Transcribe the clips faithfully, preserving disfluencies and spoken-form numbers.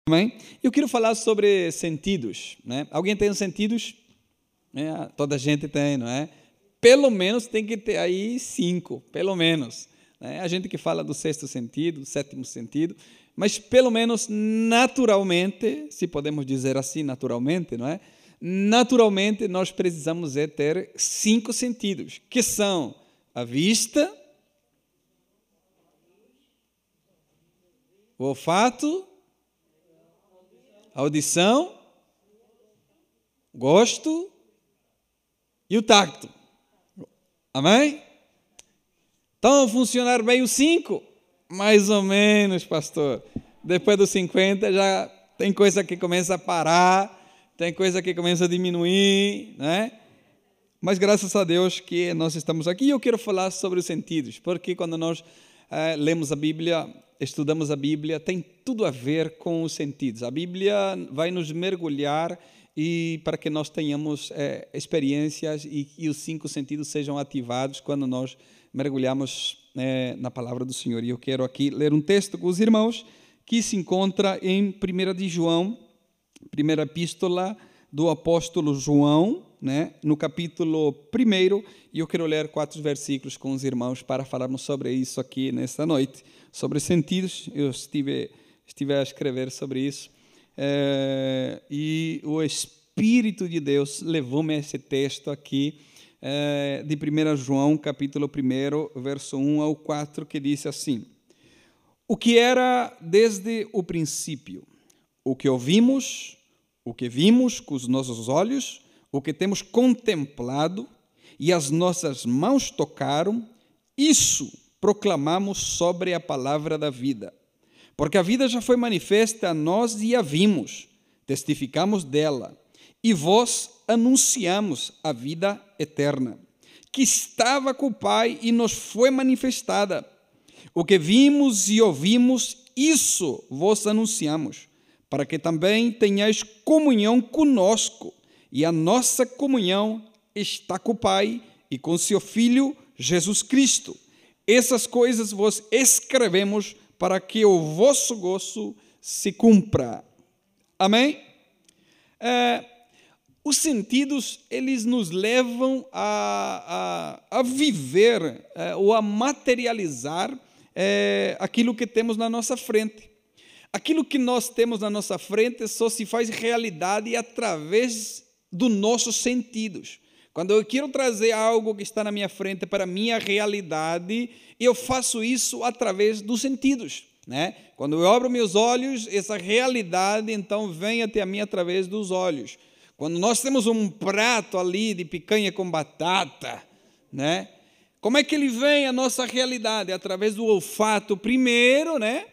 Amém? Eu quero falar sobre sentidos, né? Alguém tem os sentidos? É, toda a gente tem, não é? Pelo menos tem que ter aí cinco, pelo menos. Né? A gente que fala do sexto sentido, do sétimo sentido, mas pelo menos naturalmente, se podemos dizer assim, naturalmente, não é? Naturalmente nós precisamos é ter cinco sentidos, que são a vista, o olfato, a audição, gosto e o tacto. Amém? Então, funcionar bem os cinco? Mais ou menos, pastor. Depois dos cinquenta já tem coisa que começa a parar, tem coisa que começa a diminuir, né? Mas graças a Deus que nós estamos aqui. E eu quero falar sobre os sentidos, porque quando nós eh, lemos a Bíblia, estudamos a Bíblia, tem tudo a ver com os sentidos. A Bíblia vai nos mergulhar e para que nós tenhamos é, experiências e, e os cinco sentidos sejam ativados quando nós mergulhamos é, na palavra do Senhor. E eu quero aqui ler um texto com os irmãos que se encontra em primeira de João, primeira epístola do apóstolo João, né, no capítulo primeiro, e eu quero ler quatro versículos com os irmãos para falarmos sobre isso aqui nesta noite. Sobre sentidos, eu estive, estive a escrever sobre isso, é, e o Espírito de Deus levou-me a esse texto aqui, é, de primeira João, capítulo primeiro, verso um ao quatro, que diz assim: o que era desde o princípio, o que ouvimos, o que vimos com os nossos olhos, o que temos contemplado e as nossas mãos tocaram, isso proclamamos sobre a palavra da vida. Porque a vida já foi manifesta a nós e a vimos, testificamos dela, e vós anunciamos a vida eterna, que estava com o Pai e nos foi manifestada. O que vimos e ouvimos, isso vos anunciamos, para que também tenhais comunhão conosco, e a nossa comunhão está com o Pai e com seu Filho Jesus Cristo. Essas coisas vos escrevemos para que o vosso gozo se cumpra. Amém? É, os sentidos, eles nos levam a, a, a viver é, ou a materializar é, aquilo que temos na nossa frente. Aquilo que nós temos na nossa frente só se faz realidade através dos nossos sentidos. Quando eu quero trazer algo que está na minha frente para a minha realidade, eu faço isso através dos sentidos, né? Quando eu abro meus olhos, essa realidade então vem até a mim através dos olhos. Quando nós temos um prato ali de picanha com batata, né? Como é que ele vem à nossa realidade? Através do olfato primeiro, né?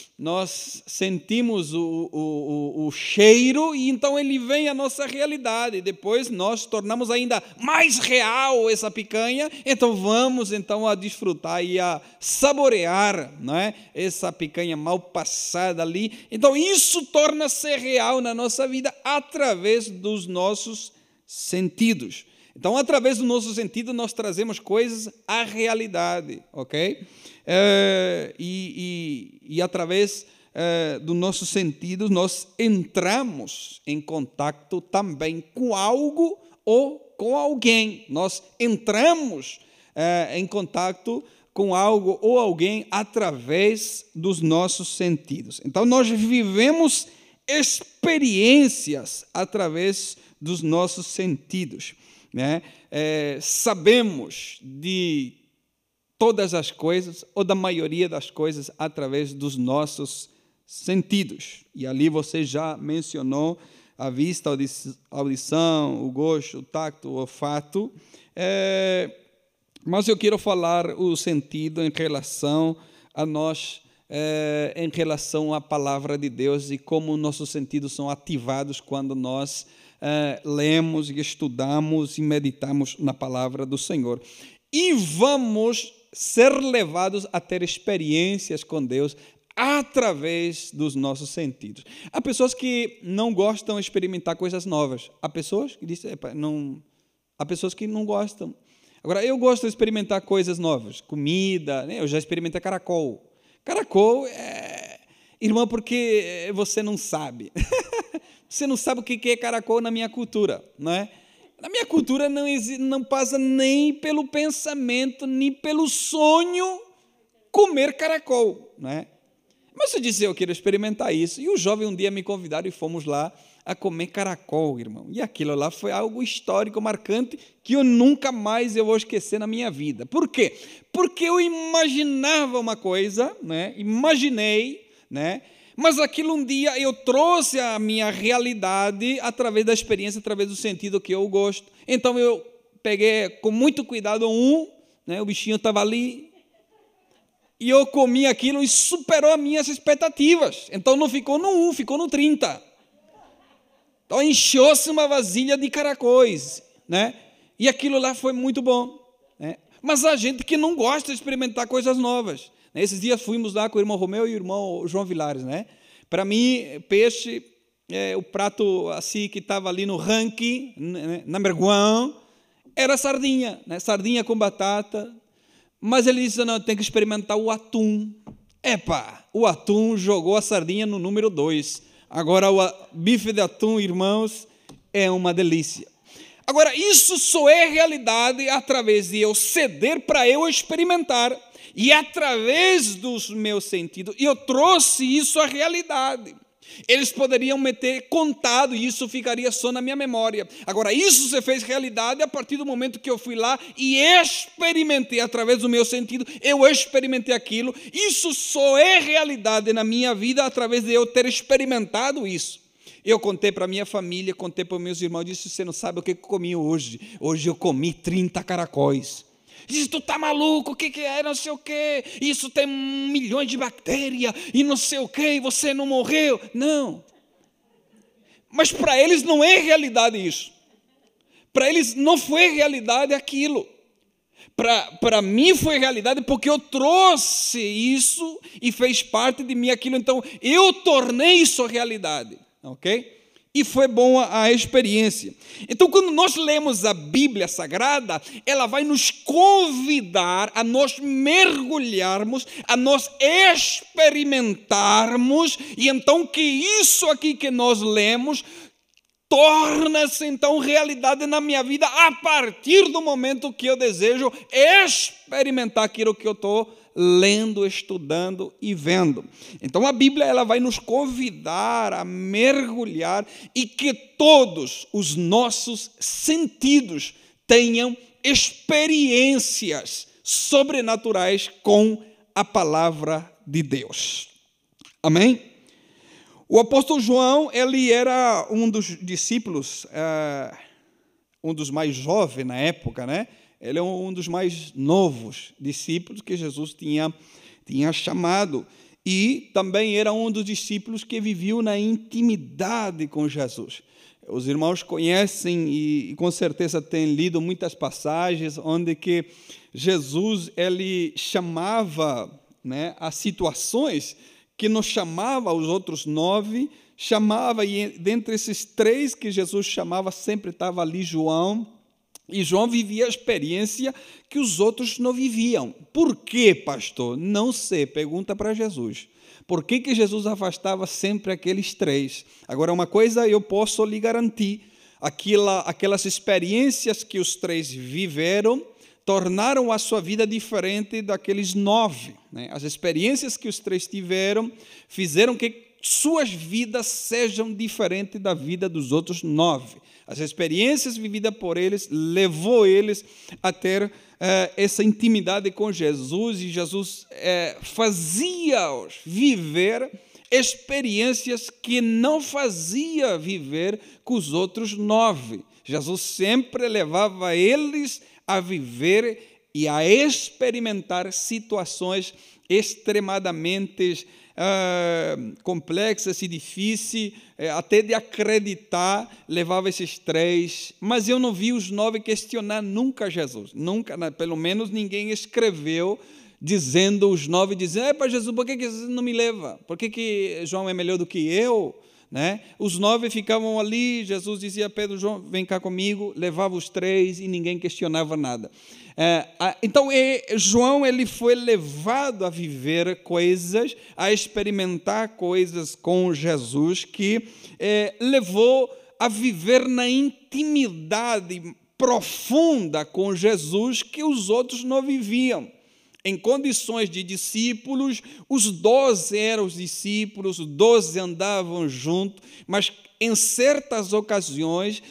Nós sentimos o, o, o, o cheiro e então ele vem à nossa realidade. Depois nós tornamos ainda mais real essa picanha, então vamos então a desfrutar e a saborear, não é? Essa picanha mal passada ali. Então isso torna-se real na nossa vida através dos nossos sentidos. Então, através do nosso sentido, nós trazemos coisas à realidade, ok? É, e, e, e através é, do nosso sentido, nós entramos em contato também com algo ou com alguém. Nós entramos é, em contato com algo ou alguém através dos nossos sentidos. Então, nós vivemos experiências através dos nossos sentidos. Né? É, sabemos de todas as coisas, ou da maioria das coisas, através dos nossos sentidos. E ali você já mencionou a vista, a audição, o gosto, o tacto, o olfato. É, mas eu quero falar o sentido em relação a nós, é, em relação à palavra de Deus e como nossos sentidos são ativados quando nós Uh, lemos e estudamos e meditamos na palavra do Senhor. E vamos ser levados a ter experiências com Deus através dos nossos sentidos. Há pessoas que não gostam de experimentar coisas novas. Há pessoas que dizem, não, há pessoas que não gostam. Agora, eu gosto de experimentar coisas novas. Comida, né? Eu já experimentei caracol. Caracol é... Irmão, porque você não sabe. Você não sabe o que é caracol na minha cultura, não é? Na minha cultura não, existe, não passa nem pelo pensamento, nem pelo sonho comer caracol, não é? Mas eu disse, eu quero experimentar isso. E o jovem um dia me convidaram e fomos lá a comer caracol, irmão. E aquilo lá foi algo histórico, marcante, que eu nunca mais eu vou esquecer na minha vida. Por quê? Porque eu imaginava uma coisa, né? Imaginei, né? Mas aquilo um dia eu trouxe a minha realidade através da experiência, através do sentido que eu gosto. Então eu peguei com muito cuidado um, né? O bichinho estava ali, e eu comi aquilo e superou as minhas expectativas. Então não ficou no um, ficou no trinta. Então encheu-se uma vasilha de caracóis, né? E aquilo lá foi muito bom, né? Mas há gente que não gosta de experimentar coisas novas. Esses dias fomos lá com o irmão Romeu e o irmão João Vilares, né? Para mim, peixe, é, o prato assim que estava ali no ranking, né, number one, era sardinha, né? Sardinha com batata. Mas ele disse, não, tem que experimentar o atum. Epa, o atum jogou a sardinha no número dois. Agora o bife de atum, irmãos, é uma delícia. Agora, isso só é realidade através de eu ceder para eu experimentar. E através dos meus sentidos, eu trouxe isso à realidade. Eles poderiam me ter contado e isso ficaria só na minha memória. Agora, isso se fez realidade a partir do momento que eu fui lá e experimentei através do meu sentido, eu experimentei aquilo. Isso só é realidade na minha vida através de eu ter experimentado isso. Eu contei para a minha família, contei para os meus irmãos, disse, você não sabe o que eu comi hoje. Hoje eu comi trinta caracóis. Diz, tu tá maluco, o que, que é, não sei o quê, isso tem milhões de bactérias, e não sei o quê, e você não morreu. Não. Mas para eles não é realidade isso. Para eles não foi realidade aquilo. Para mim foi realidade porque eu trouxe isso e fez parte de mim aquilo. Então, eu tornei isso realidade, ok? E foi bom a, a experiência. Então, quando nós lemos a Bíblia Sagrada, ela vai nos convidar a nós mergulharmos, a nós experimentarmos, e então que isso aqui que nós lemos torna-se então realidade na minha vida a partir do momento que eu desejo experimentar aquilo que eu estou lendo, estudando e vendo. Então a Bíblia ela vai nos convidar a mergulhar e que todos os nossos sentidos tenham experiências sobrenaturais com a palavra de Deus. Amém? O apóstolo João, ele era um dos discípulos, uh, um dos mais jovens na época, né? Ele é um dos mais novos discípulos que Jesus tinha, tinha chamado. E também era um dos discípulos que viveu na intimidade com Jesus. Os irmãos conhecem e, e com certeza têm lido muitas passagens onde que Jesus ele chamava, né, as situações que não chamava os outros nove, chamava, e dentre esses três que Jesus chamava, sempre estava ali João. E João vivia a experiência que os outros não viviam. Por quê, pastor? Não sei, pergunta para Jesus. Por que que Jesus afastava sempre aqueles três? Agora, uma coisa eu posso lhe garantir, aquela, aquelas experiências que os três viveram, tornaram a sua vida diferente daqueles nove, né? As experiências que os três tiveram fizeram que suas vidas sejam diferentes da vida dos outros nove. As experiências vividas por eles levou eles a ter eh, essa intimidade com Jesus, e Jesus eh, fazia-os viver experiências que não fazia viver com os outros nove. Jesus sempre levava eles a viver e a experimentar situações extremadamente uh, complexas e difíceis, uh, até de acreditar, levava esses três. Mas eu não vi os nove questionar nunca Jesus, nunca, pelo menos ninguém escreveu dizendo, os nove dizendo, é para Jesus, por que que Jesus não me leva? Por que que João é melhor do que eu? né? Os nove ficavam ali, Jesus dizia a Pedro, João, vem cá comigo, levava os três e ninguém questionava nada. É, então, João ele foi levado a viver coisas, a experimentar coisas com Jesus, que é, levou a viver na intimidade profunda com Jesus que os outros não viviam. Em condições de discípulos, os doze eram os discípulos, os doze andavam juntos, mas em certas ocasiões,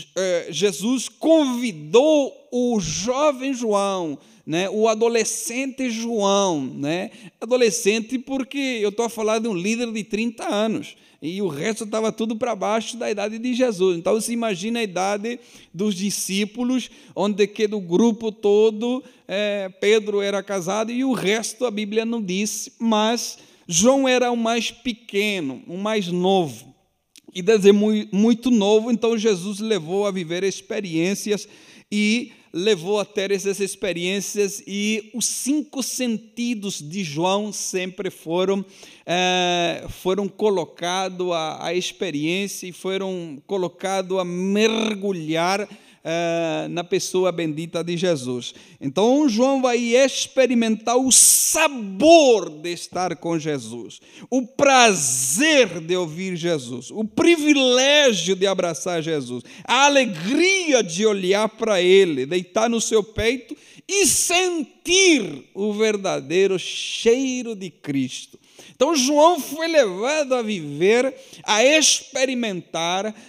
Jesus convidou o jovem João, né, o adolescente João, né, adolescente porque eu estou a falar de um líder de trinta anos, e o resto estava tudo para baixo da idade de Jesus. Então, se imagina a idade dos discípulos, onde que do grupo todo, é, Pedro era casado, e o resto a Bíblia não disse, mas João era o mais pequeno, o mais novo, e desde muito novo, então Jesus levou a viver experiências e levou a ter essas experiências, e os cinco sentidos de João sempre foram, é, foram colocados à, à experiência e foram colocados a mergulhar é, na pessoa bendita de Jesus. Então, João vai experimentar o sabor de estar com Jesus, o prazer de ouvir Jesus, o privilégio de abraçar Jesus, a alegria de olhar para Ele, deitar no seu peito e sentir o verdadeiro cheiro de Cristo. Então, João foi levado a viver, a experimentar a,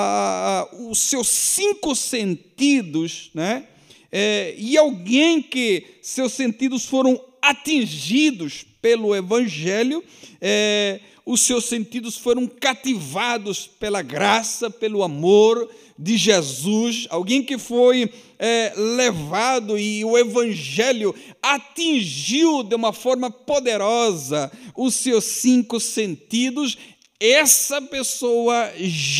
a, a, os seus cinco sentidos, né? É, e alguém que seus sentidos foram atingidos pelo Evangelho, é, os seus sentidos foram cativados pela graça, pelo amor de Jesus, alguém que foi é, levado e o Evangelho atingiu de uma forma poderosa os seus cinco sentidos, essa pessoa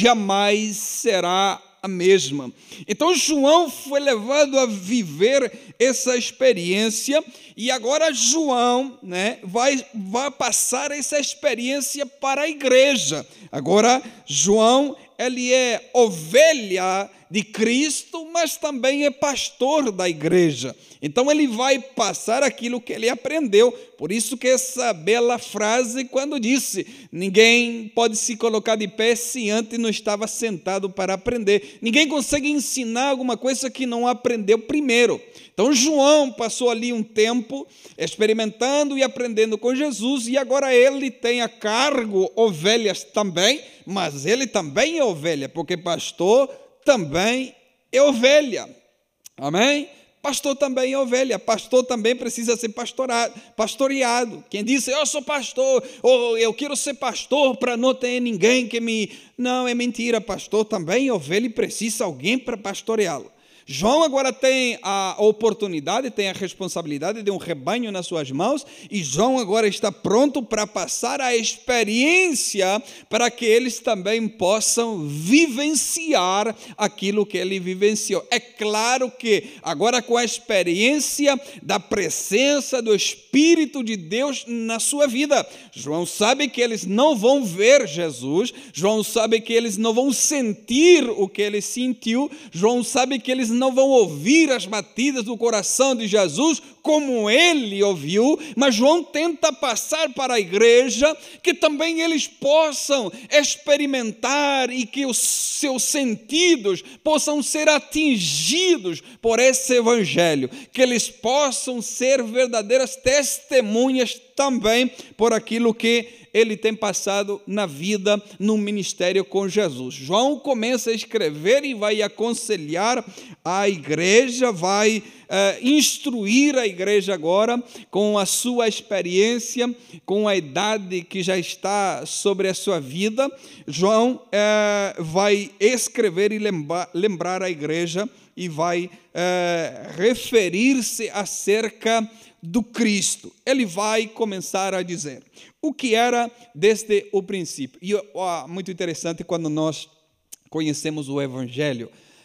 jamais será a mesma. Então, João foi levado a viver essa experiência, e agora João, né, vai, vai passar essa experiência para a igreja. Agora, João, ele é ovelha de Cristo, mas também é pastor da igreja. Então, ele vai passar aquilo que ele aprendeu. Por isso que essa bela frase, quando disse, ninguém pode se colocar de pé se antes não estava sentado para aprender. Ninguém consegue ensinar alguma coisa que não aprendeu primeiro. Então, João passou ali um tempo experimentando e aprendendo com Jesus, e agora ele tem a cargo ovelhas também, mas ele também é ovelha, porque pastor também é ovelha. Amém? Pastor também é ovelha, pastor também precisa ser pastorado, pastoreado. Quem disse, eu sou pastor, ou eu quero ser pastor para não ter ninguém que me... Não, é mentira, pastor também é ovelha e precisa alguém para pastoreá-lo. João agora tem a oportunidade, tem a responsabilidade de um rebanho nas suas mãos, e João agora está pronto para passar a experiência para que eles também possam vivenciar aquilo que ele vivenciou. É claro que agora com a experiência da presença do Espírito de Deus na sua vida, João sabe que eles não vão ver Jesus, João sabe que eles não vão sentir o que ele sentiu, João sabe que eles não vão ouvir as batidas do coração de Jesus como ele ouviu, mas João tenta passar para a igreja que também eles possam experimentar e que os seus sentidos possam ser atingidos por esse evangelho, que eles possam ser verdadeiras testemunhas também por aquilo que ele tem passado na vida, no ministério com Jesus. João começa a escrever e vai aconselhar a igreja, vai eh, instruir a igreja agora com a sua experiência, com a idade que já está sobre a sua vida. João eh, vai escrever e lembrar, lembrar a igreja e vai eh, referir-se acerca do Cristo. Ele vai começar a dizer o que era desde o princípio. E ó, muito interessante quando nós conhecemos o Evangelho,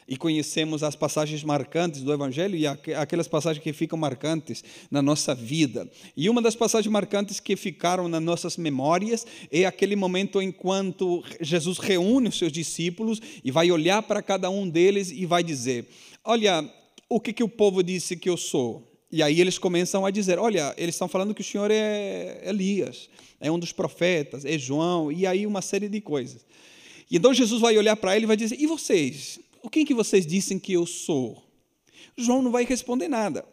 e conhecemos as passagens marcantes do Evangelho e aquelas passagens que ficam marcantes na nossa vida. E uma das passagens marcantes que ficaram nas nossas memórias é aquele momento enquanto Jesus reúne os seus discípulos e vai olhar para cada um deles e vai dizer: olha, o que, que o povo disse que eu sou? E aí eles começam a dizer: olha, eles estão falando que o Senhor é Elias, é um dos profetas, é João, e aí uma série de coisas. E então Jesus vai olhar para ele e vai dizer: e vocês? O que, que vocês dizem que eu sou? João não vai responder nada.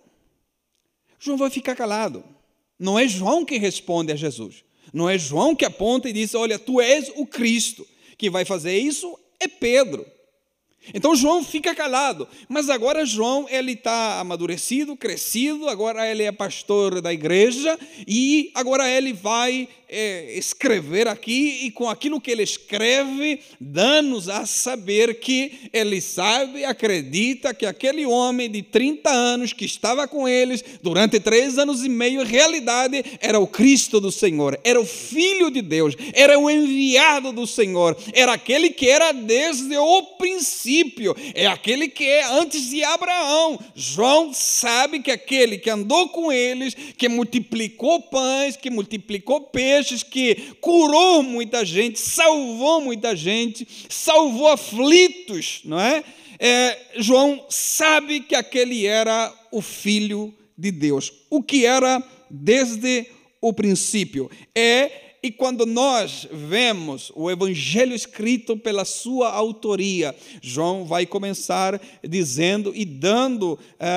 João vai ficar calado. Não é João que responde a Jesus. Não é João que aponta e diz: olha, tu és o Cristo. Quem vai fazer isso é Pedro. Então João fica calado, mas agora João ele está amadurecido, crescido, agora ele é pastor da igreja e agora ele vai é, escrever aqui, e com aquilo que ele escreve, dá-nos a saber que ele sabe, acredita que aquele homem de trinta anos que estava com eles durante três anos e meio, em realidade era o Cristo do Senhor, era o Filho de Deus, era o enviado do Senhor, era aquele que era desde o princípio, é aquele que é antes de Abraão. João sabe que aquele que andou com eles, que multiplicou pães, que multiplicou peixes, que curou muita gente, salvou muita gente, salvou aflitos, não é? é João sabe que aquele era o Filho de Deus, o que era desde o princípio. É E quando nós vemos o Evangelho escrito pela sua autoria, João vai começar dizendo e dando uh,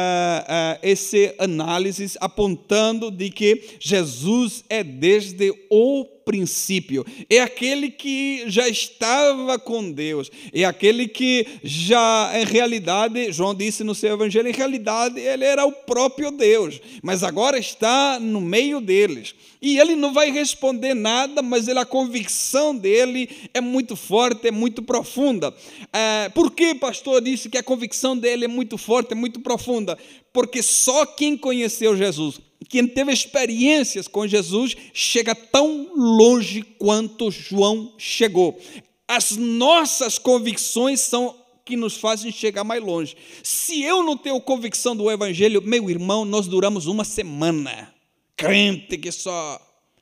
uh, esse análise, apontando de que Jesus é desde o princípio, é aquele que já estava com Deus, é aquele que já, em realidade, João disse no seu Evangelho, em realidade ele era o próprio Deus, mas agora está no meio deles. E ele não vai responder nada, mas ele, a convicção dele é muito forte, é muito profunda. É, por que, pastor, disse que a convicção dele é muito forte, é muito profunda? Porque só quem conheceu Jesus, quem teve experiências com Jesus, chega tão longe quanto João chegou. As nossas convicções são que nos fazem chegar mais longe. Se eu não tenho convicção do Evangelho, meu irmão, nós duramos uma semana. Crente que só...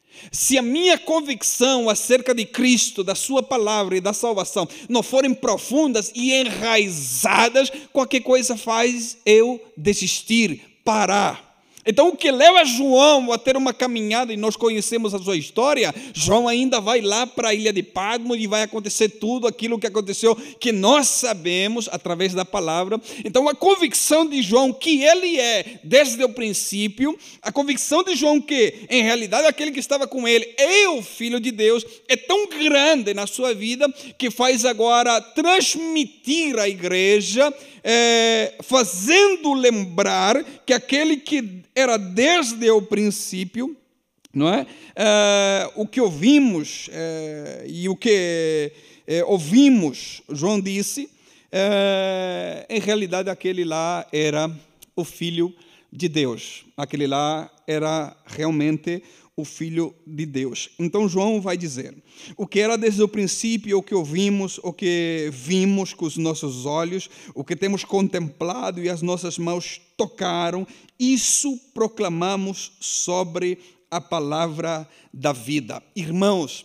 Se a minha convicção acerca de Cristo, da sua palavra e da salvação não forem profundas e enraizadas, qualquer coisa faz eu desistir, parar. Então, o que leva João a ter uma caminhada, e nós conhecemos a sua história, João ainda vai lá para a ilha de Patmos e vai acontecer tudo aquilo que aconteceu, que nós sabemos através da palavra. Então, a convicção de João que ele é desde o princípio, a convicção de João que, em realidade, aquele que estava com ele é o Filho de Deus, é tão grande na sua vida que faz agora transmitir à igreja, É, fazendo lembrar que aquele que era desde o princípio, não é? É o que ouvimos é, e o que é, ouvimos, João disse, é, em realidade aquele lá era o Filho de Deus, aquele lá era realmente o Filho de Deus. Então João vai dizer, o que era desde o princípio, o que ouvimos, o que vimos com os nossos olhos, o que temos contemplado e as nossas mãos tocaram, isso proclamamos sobre a palavra da vida. Irmãos,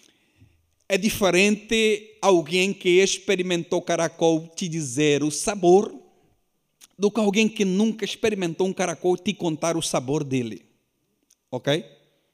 é diferente alguém que experimentou caracol te dizer o sabor, do que alguém que nunca experimentou um caracol te contar o sabor dele. Ok?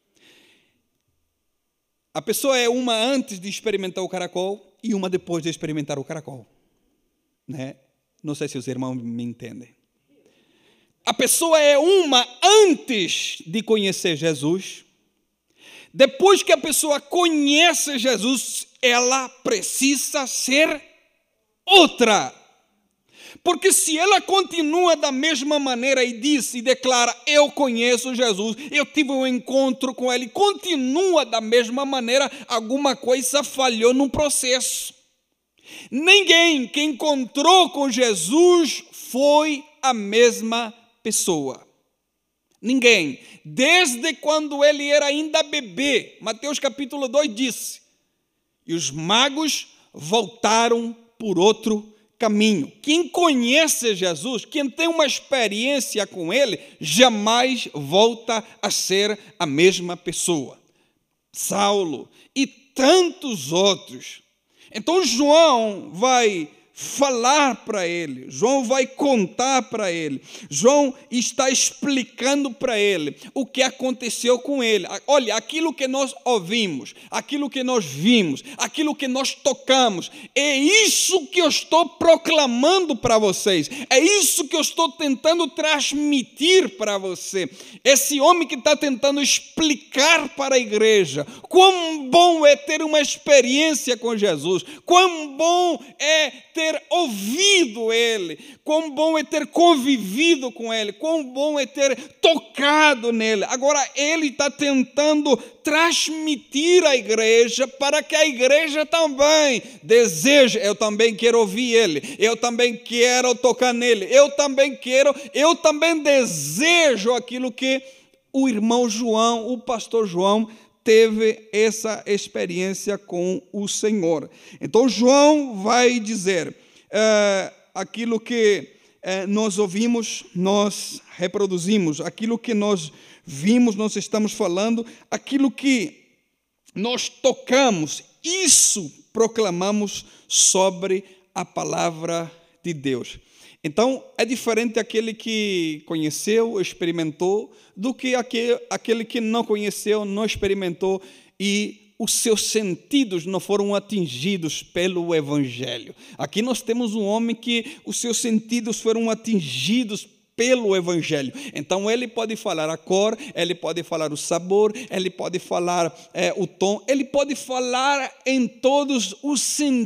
A pessoa é uma antes de experimentar o caracol e uma depois de experimentar o caracol. Né? Não sei se os irmãos me entendem. A pessoa é uma antes de conhecer Jesus. Depois que a pessoa conhece Jesus, ela precisa ser outra. Porque se ela continua da mesma maneira e diz e declara, eu conheço Jesus, eu tive um encontro com Ele, continua da mesma maneira, alguma coisa falhou no processo. Ninguém que encontrou com Jesus foi a mesma pessoa. Ninguém. Desde quando ele era ainda bebê, Mateus capítulo dois disse, e os magos voltaram por outro caminho. Quem conhece Jesus, quem tem uma experiência com Ele, jamais volta a ser a mesma pessoa. Saulo e tantos outros. Então João vai falar para ele, João vai contar para ele, João está explicando para ele o que aconteceu com ele. Olha, aquilo que nós ouvimos, aquilo que nós vimos, aquilo que nós tocamos, é isso que eu estou proclamando para vocês, é isso que eu estou tentando transmitir para você. Esse homem que está tentando explicar para a igreja quão bom é ter uma experiência com Jesus, quão bom é ter ouvido Ele, quão bom é ter convivido com Ele, quão bom é ter tocado nele. Agora Ele está tentando transmitir à igreja para que a igreja também deseje, eu também quero ouvir Ele, eu também quero tocar nele, eu também quero, eu também desejo aquilo que o irmão João, o pastor João, teve essa experiência com o Senhor. Então João vai dizer, é, aquilo que é, nós ouvimos, nós reproduzimos, aquilo que nós vimos, nós estamos falando, aquilo que nós tocamos, isso proclamamos sobre a palavra de Deus. Então, é diferente aquele que conheceu, experimentou, do que aquele que não conheceu, não experimentou e os seus sentidos não foram atingidos pelo Evangelho. Aqui nós temos um homem que os seus sentidos foram atingidos pelo Evangelho. Então, ele pode falar a cor, ele pode falar o sabor, ele pode falar é, o tom, ele pode falar em todos os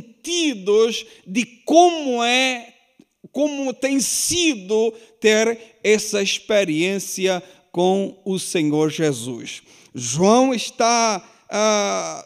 sentidos de como é, como tem sido ter essa experiência com o Senhor Jesus. João está ah,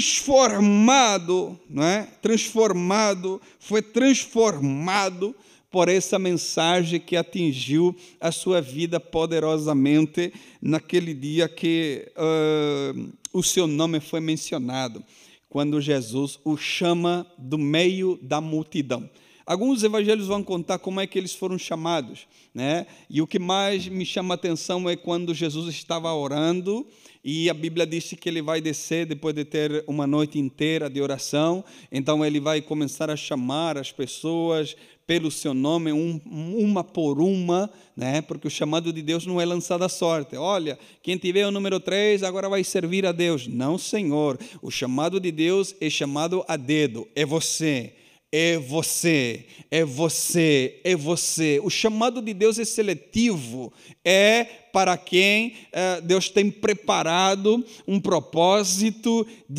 transformado, não é? Transformado, foi transformado por essa mensagem que atingiu a sua vida poderosamente naquele dia que uh, o seu nome foi mencionado, quando Jesus o chama do meio da multidão. Alguns evangelhos vão contar como é que eles foram chamados, né? E o que mais me chama a atenção é quando Jesus estava orando, e a Bíblia diz que ele vai descer depois de ter uma noite inteira de oração, então ele vai começar a chamar as pessoas pelo seu nome, um, uma por uma, né? Porque o chamado de Deus não é lançado à sorte. Olha, quem tiver o número três agora vai servir a Deus. Não, Senhor. O chamado de Deus é chamado a dedo. É você. É você, é você, é você. O chamado de Deus é seletivo, é para quem eh, Deus tem preparado um propósito de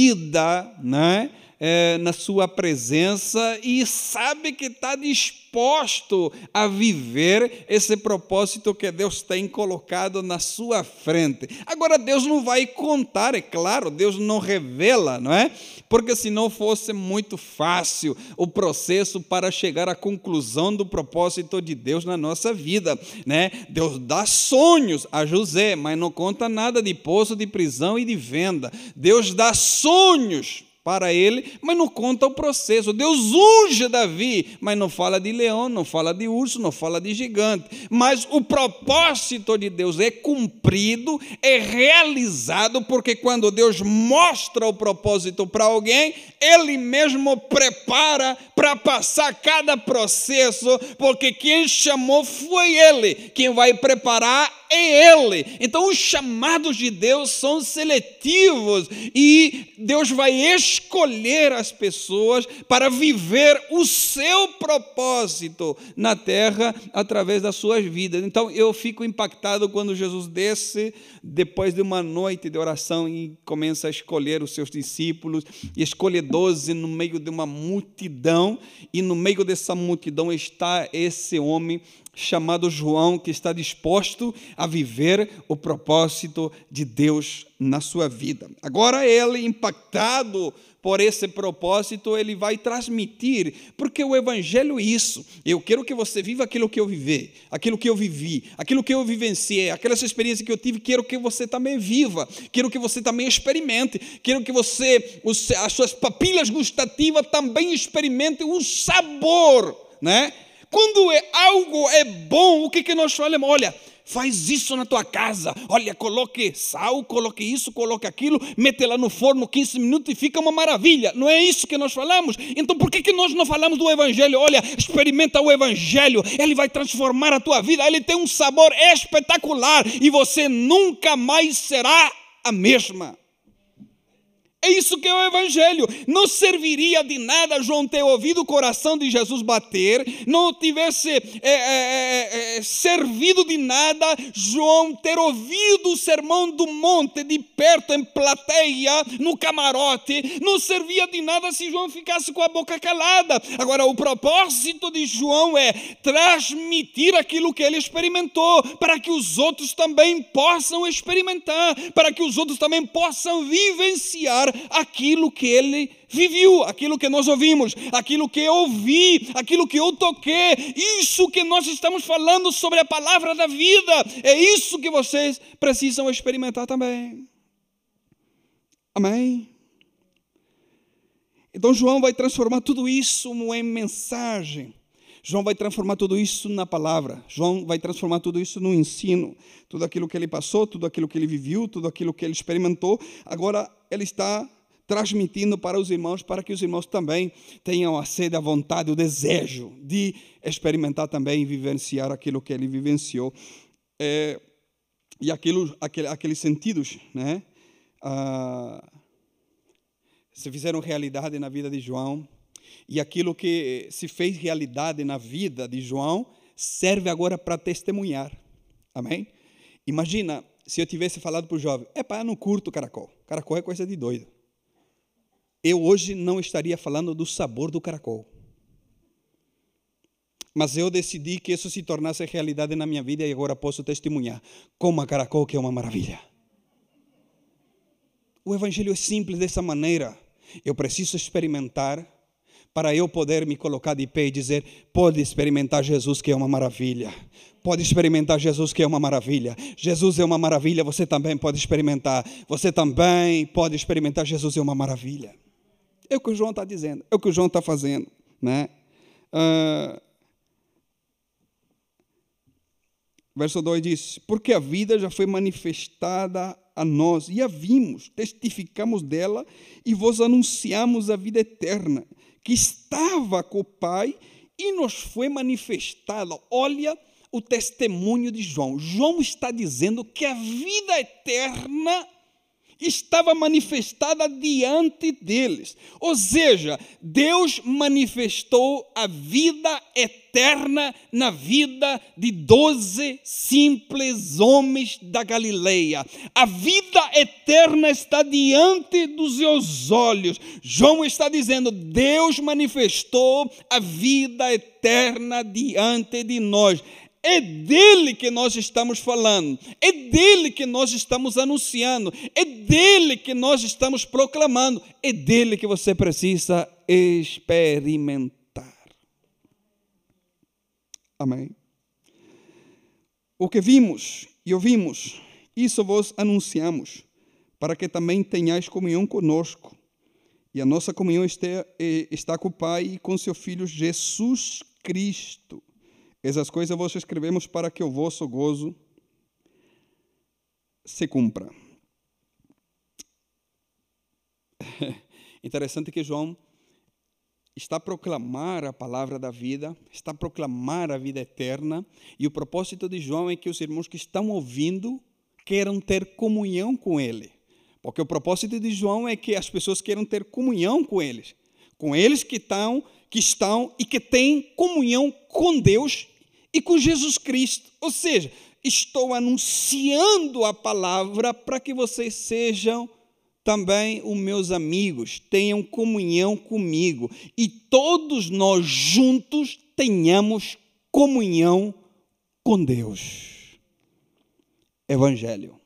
vida, né? É, na sua presença e sabe que está disposto a viver esse propósito que Deus tem colocado na sua frente. Agora, Deus não vai contar, é claro, Deus não revela, não é? Porque se não fosse muito fácil o processo para chegar à conclusão do propósito de Deus na nossa vida, né? Deus dá sonhos a José, mas não conta nada de poço, de prisão e de venda. Deus dá sonhos para ele, mas não conta o processo. Deus unge Davi, mas não fala de leão, não fala de urso, não fala de gigante. Mas o propósito de Deus é cumprido, é realizado, porque quando Deus mostra o propósito para alguém, Ele mesmo prepara para passar cada processo, porque quem chamou foi Ele, quem vai preparar é Ele. Então os chamados de Deus são seletivos e Deus vai escolher as pessoas para viver o seu propósito na terra através das suas vidas. Então eu fico impactado quando Jesus desce depois de uma noite de oração e começa a escolher os seus discípulos e escolhe doze no meio de uma multidão, e no meio dessa multidão está esse homem chamado João, que está disposto a viver o propósito de Deus na sua vida. Agora ele, impactado por esse propósito, ele vai transmitir, porque o Evangelho é isso. Eu quero que você viva aquilo que eu vivi, aquilo que eu vivi, aquilo que eu vivenciei, aquelas experiências que eu tive, quero que você também viva, quero que você também experimente, quero que você, as suas papilas gustativas também experimentem o sabor, né? Quando é algo é bom, o que, que nós falamos? Olha, faz isso na tua casa, olha, coloque sal, coloque isso, coloque aquilo, mete lá no forno quinze minutos e fica uma maravilha. Não é isso que nós falamos? Então por que, que nós não falamos do Evangelho? Olha, experimenta o Evangelho, ele vai transformar a tua vida, ele tem um sabor espetacular e você nunca mais será a mesma. É isso que é o Evangelho. Não serviria de nada João ter ouvido o coração de Jesus bater, não tivesse é, é, é, servido de nada João ter ouvido o sermão do monte de perto, em plateia, no camarote. Não servia de nada se João ficasse com a boca calada. Agora, o propósito de João é transmitir aquilo que ele experimentou, para que os outros também possam experimentar, para que os outros também possam vivenciar aquilo que ele viveu, aquilo que nós ouvimos, aquilo que eu ouvi, aquilo que eu toquei. Isso que nós estamos falando sobre a palavra da vida, é isso que vocês precisam experimentar também. Amém? Então João vai transformar tudo isso em mensagem. João vai transformar tudo isso na palavra. João vai transformar tudo isso no ensino. Tudo aquilo que ele passou, tudo aquilo que ele viveu, tudo aquilo que ele experimentou, agora ele está transmitindo para os irmãos, para que os irmãos também tenham a sede, a vontade, o desejo de experimentar também e vivenciar aquilo que ele vivenciou. É, e aquilo, aquele, aqueles sentidos, né, ah, se fizeram realidade na vida de João. E aquilo que se fez realidade na vida de João serve agora para testemunhar. Amém? Imagina se eu tivesse falado para o jovem: epá, eu não curto caracol. Caracol é coisa de doido. Eu hoje não estaria falando do sabor do caracol. Mas eu decidi que isso se tornasse realidade na minha vida e agora posso testemunhar. Coma caracol, que é uma maravilha. O Evangelho é simples dessa maneira. Eu preciso experimentar para eu poder me colocar de pé e dizer: pode experimentar Jesus, que é uma maravilha. Pode experimentar Jesus, que é uma maravilha. Jesus é uma maravilha, você também pode experimentar. Você também pode experimentar Jesus, é uma maravilha. É o que o João está dizendo, é o que o João está fazendo, né? Uh, verso dois diz: porque a vida já foi manifestada a nós, e a vimos, testificamos dela, e vos anunciamos a vida eterna, que estava com o Pai e nos foi manifestada. Olha o testemunho de João. João está dizendo que a vida eterna estava manifestada diante deles. Ou seja, Deus manifestou a vida eterna na vida de doze simples homens da Galileia. A vida eterna está diante dos seus olhos. João está dizendo: Deus manifestou a vida eterna diante de nós. É dele que nós estamos falando, é dele que nós estamos anunciando, é dele que nós estamos proclamando, é dele que você precisa experimentar. Amém? O que vimos e ouvimos, isso vos anunciamos, para que também tenhais comunhão conosco. E a nossa comunhão está com o Pai e com seu Filho Jesus Cristo. Essas coisas vos escrevemos para que o vosso gozo se cumpra. Interessante que João está a proclamar a palavra da vida, está a proclamar a vida eterna, e o propósito de João é que os irmãos que estão ouvindo queiram ter comunhão com ele. Porque o propósito de João é que as pessoas queiram ter comunhão com eles, com eles que estão, que estão e que têm comunhão com Deus e com Jesus Cristo. Ou seja, estou anunciando a palavra para que vocês sejam também os meus amigos, tenham comunhão comigo e todos nós juntos tenhamos comunhão com Deus. Evangelho.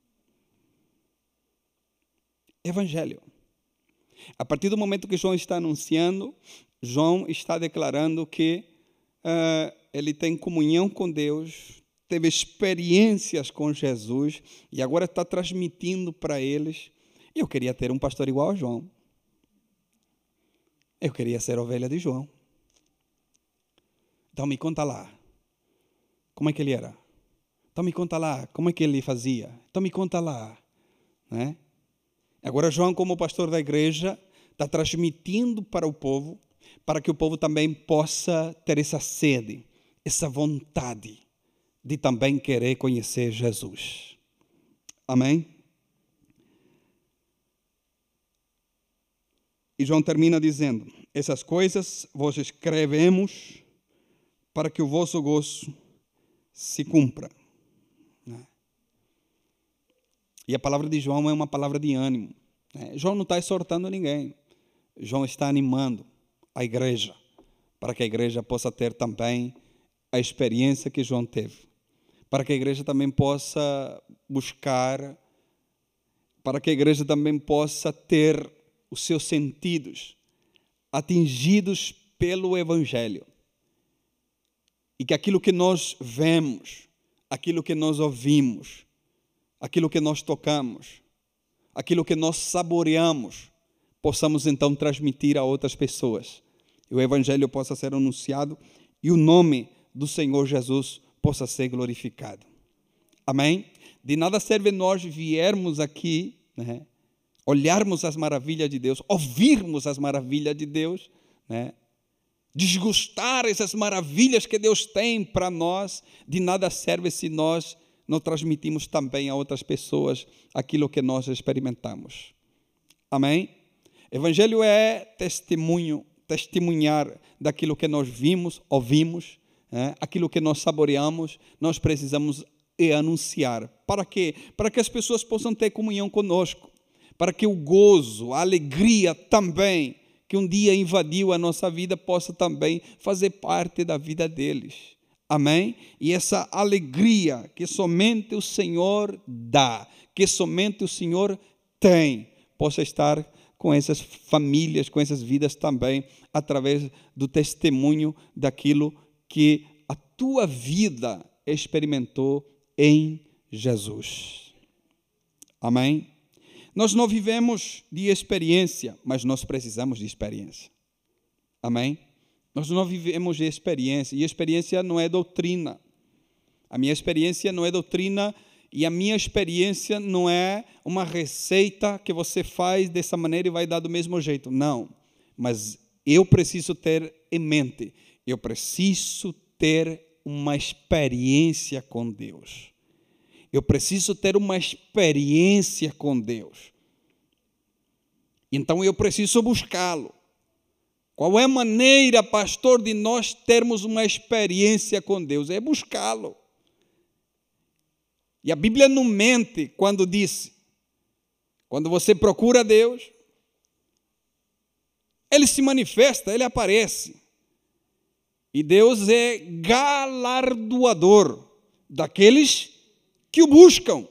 Evangelho. A partir do momento que João está anunciando, João está declarando que uh, ele tem comunhão com Deus, teve experiências com Jesus e agora está transmitindo para eles. Eu queria ter um pastor igual a João. Eu queria ser ovelha de João. Então me conta lá, como é que ele era? Então me conta lá, como é que ele fazia? Então me conta lá, né? Agora João, como pastor da igreja, está transmitindo para o povo, para que o povo também possa ter essa sede, essa vontade de também querer conhecer Jesus. Amém? E João termina dizendo: essas coisas vos escrevemos para que o vosso gozo se cumpra. E a palavra de João é uma palavra de ânimo. João não está exortando ninguém. João está animando a igreja, para que a igreja possa ter também a experiência que João teve. Para que a igreja também possa buscar, para que a igreja também possa ter os seus sentidos atingidos pelo Evangelho. E que aquilo que nós vemos, aquilo que nós ouvimos, aquilo que nós tocamos, aquilo que nós saboreamos, possamos então transmitir a outras pessoas. E o Evangelho possa ser anunciado e o nome do Senhor Jesus possa ser glorificado. Amém? De nada serve nós viermos aqui, né, olharmos as maravilhas de Deus, ouvirmos as maravilhas de Deus, né, desgustar essas maravilhas que Deus tem para nós. De nada serve se nós não transmitimos também a outras pessoas aquilo que nós experimentamos. Amém? Evangelho é testemunho, testemunhar daquilo que nós vimos, ouvimos, é, aquilo que nós saboreamos, nós precisamos é anunciar. Para quê? Para que as pessoas possam ter comunhão conosco, para que o gozo, a alegria também, que um dia invadiu a nossa vida, possa também fazer parte da vida deles. Amém? E essa alegria que somente o Senhor dá, que somente o Senhor tem, possa estar com essas famílias, com essas vidas também, através do testemunho daquilo que a tua vida experimentou em Jesus. Amém? Nós não vivemos de experiência, mas nós precisamos de experiência. Amém? Nós não vivemos de experiência, e experiência não é doutrina. A minha experiência não é doutrina, e a minha experiência não é uma receita que você faz dessa maneira e vai dar do mesmo jeito. Não, mas eu preciso ter em mente, eu preciso ter uma experiência com Deus. Eu preciso ter uma experiência com Deus. Então eu preciso buscá-lo. Qual é a maneira, pastor, de nós termos uma experiência com Deus? É buscá-lo. E a Bíblia não mente quando diz, quando você procura Deus, Ele se manifesta, Ele aparece. E Deus é galardoador daqueles que o buscam.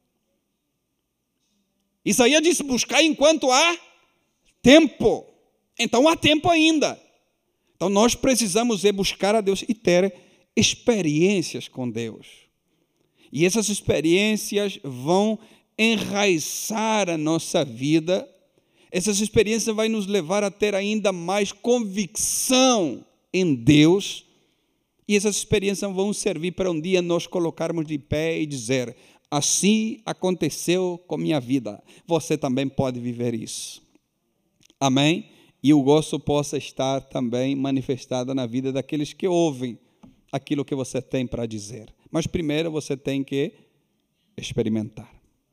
Isaías disse, buscar enquanto há tempo. Então há tempo ainda. Então nós precisamos é buscar a Deus e ter experiências com Deus. E essas experiências vão enraizar a nossa vida. Essas experiências vão nos levar a ter ainda mais convicção em Deus. E essas experiências vão servir para um dia nós colocarmos de pé e dizer, assim aconteceu com minha vida. Você também pode viver isso. Amém? E o gozo possa estar também manifestado na vida daqueles que ouvem aquilo que você tem para dizer. Mas primeiro você tem que experimentar.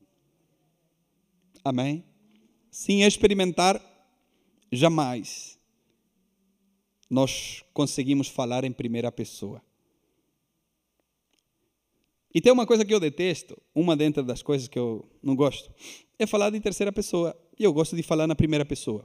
Amém? Sem experimentar, jamais nós conseguimos falar em primeira pessoa. E tem uma coisa que eu detesto, uma dentre das coisas que eu não gosto, é falar em terceira pessoa. E eu gosto de falar na primeira pessoa.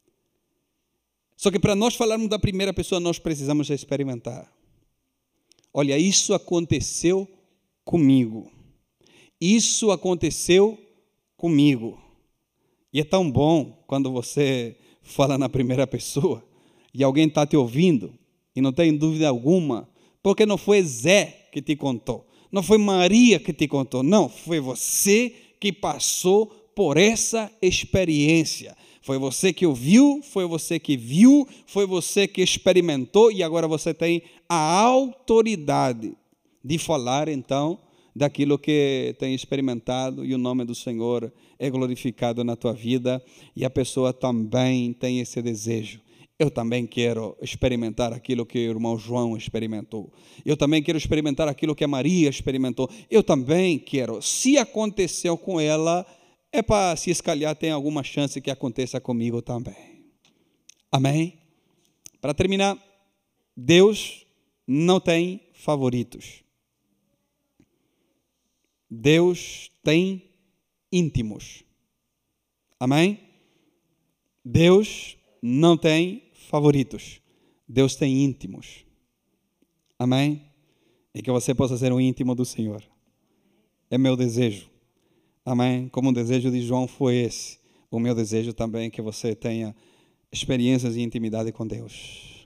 Só que para nós falarmos da primeira pessoa, nós precisamos experimentar. olha, isso aconteceu comigo. Isso aconteceu comigo. E é tão bom quando você fala na primeira pessoa e alguém está te ouvindo e não tem dúvida alguma, porque não foi Zé que te contou, não foi Maria que te contou, não, foi você que passou por essa experiência. Foi você que ouviu, foi você que viu, foi você que experimentou e agora você tem a autoridade de falar, então, daquilo que tem experimentado e o nome do Senhor é glorificado na tua vida e a pessoa também tem esse desejo. Eu também quero experimentar aquilo que o irmão João experimentou. Eu também quero experimentar aquilo que a Maria experimentou. Eu também quero. Se aconteceu com ela, é para se escalhar, tem alguma chance que aconteça comigo também. Amém? Para terminar, Deus não tem favoritos. Deus tem íntimos. Amém? Deus não tem favoritos. Deus tem íntimos. Amém? E que você possa ser um íntimo do Senhor. É meu desejo. Amém? Como o desejo de João foi esse. O meu desejo também é que você tenha experiências de intimidade com Deus.